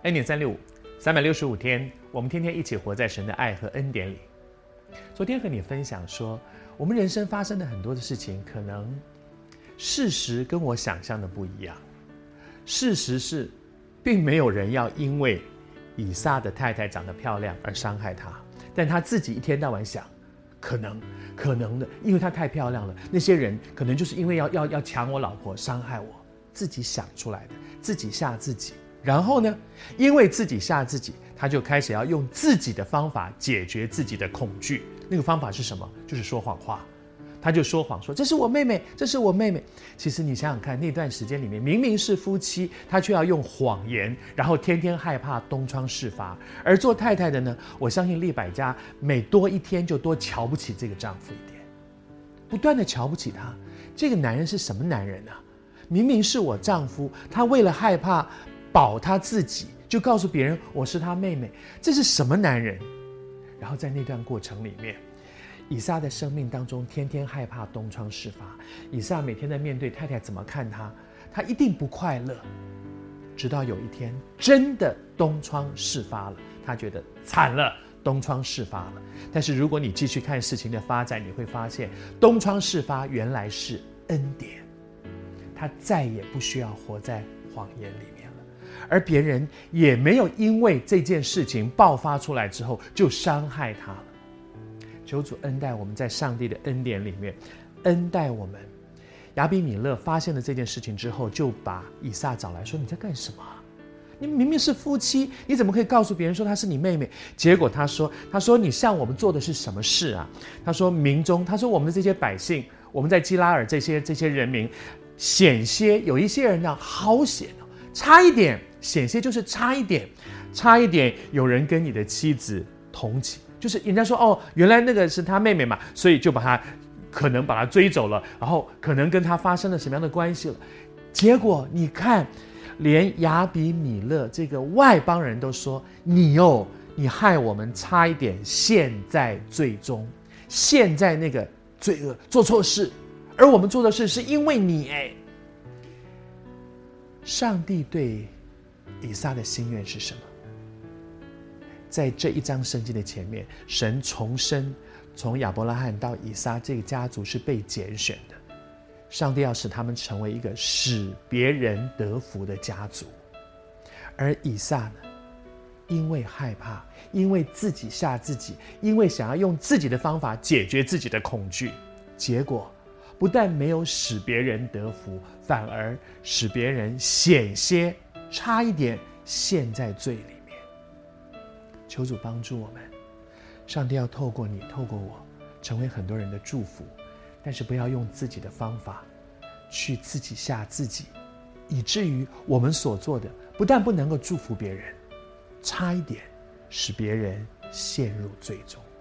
恩典365，365天，我们天天一起活在神的爱和恩典里。昨天和你分享说，我们人生发生的很多的事情，可能事实跟我想象的不一样。事实是，并没有人要因为以撒的太太长得漂亮而伤害他，但他自己一天到晚想，可能的，因为她太漂亮了，那些人可能就是因为要抢我老婆，伤害我，自己想出来的，自己吓自己。然后呢，因为自己吓自己，他就开始要用自己的方法解决自己的恐惧。那个方法是什么？就是说谎话。他就说谎说这是我妹妹，这是我妹妹。其实你想想看，那段时间里面明明是夫妻，他却要用谎言，然后天天害怕东窗事发。而做太太的呢，我相信利百加每多一天就多瞧不起这个丈夫一点，不断的瞧不起他。这个男人是什么男人啊？明明是我丈夫，他为了害怕保他自己，就告诉别人我是他妹妹，这是什么男人？然后在那段过程里面，以撒的生命当中天天害怕东窗事发，以撒每天在面对太太怎么看他，他一定不快乐。直到有一天真的东窗事发了，他觉得惨了，东窗事发了。但是如果你继续看事情的发展，你会发现东窗事发原来是恩典，他再也不需要活在谎言里面了，而别人也没有因为这件事情爆发出来之后就伤害他了。求主恩待我们，在上帝的恩典里面恩待我们。亚比米勒发现了这件事情之后，就把以撒找来说，你在干什么？你明明是夫妻，你怎么可以告诉别人说她是你妹妹？结果他说你向我们做的是什么事啊？他说民中，他说我们的这些百姓，我们在基拉尔这些人民，险些有一些人呢，好险哦，差一点，险些就是差一点有人跟你的妻子同寝，就是人家说哦，原来那个是他妹妹嘛，所以就可能把他追走了，然后可能跟他发生了什么样的关系了。结果你看，连亚比米勒这个外邦人都说，你害我们差一点陷在罪中，陷在那个罪恶，做错事，而我们做的事是因为你。上帝对以撒的心愿是什么？在这一章圣经的前面，神重申，从亚伯拉罕到以撒这个家族是被拣选的，上帝要使他们成为一个使别人得福的家族。而以撒呢，因为害怕，因为自己吓自己，因为想要用自己的方法解决自己的恐惧，结果不但没有使别人得福，反而使别人险些差一点陷在罪里面。求主帮助我们，上帝要透过你，透过我，成为很多人的祝福，但是不要用自己的方法去自己吓自己，以至于我们所做的不但不能够祝福别人，差一点使别人陷入罪中。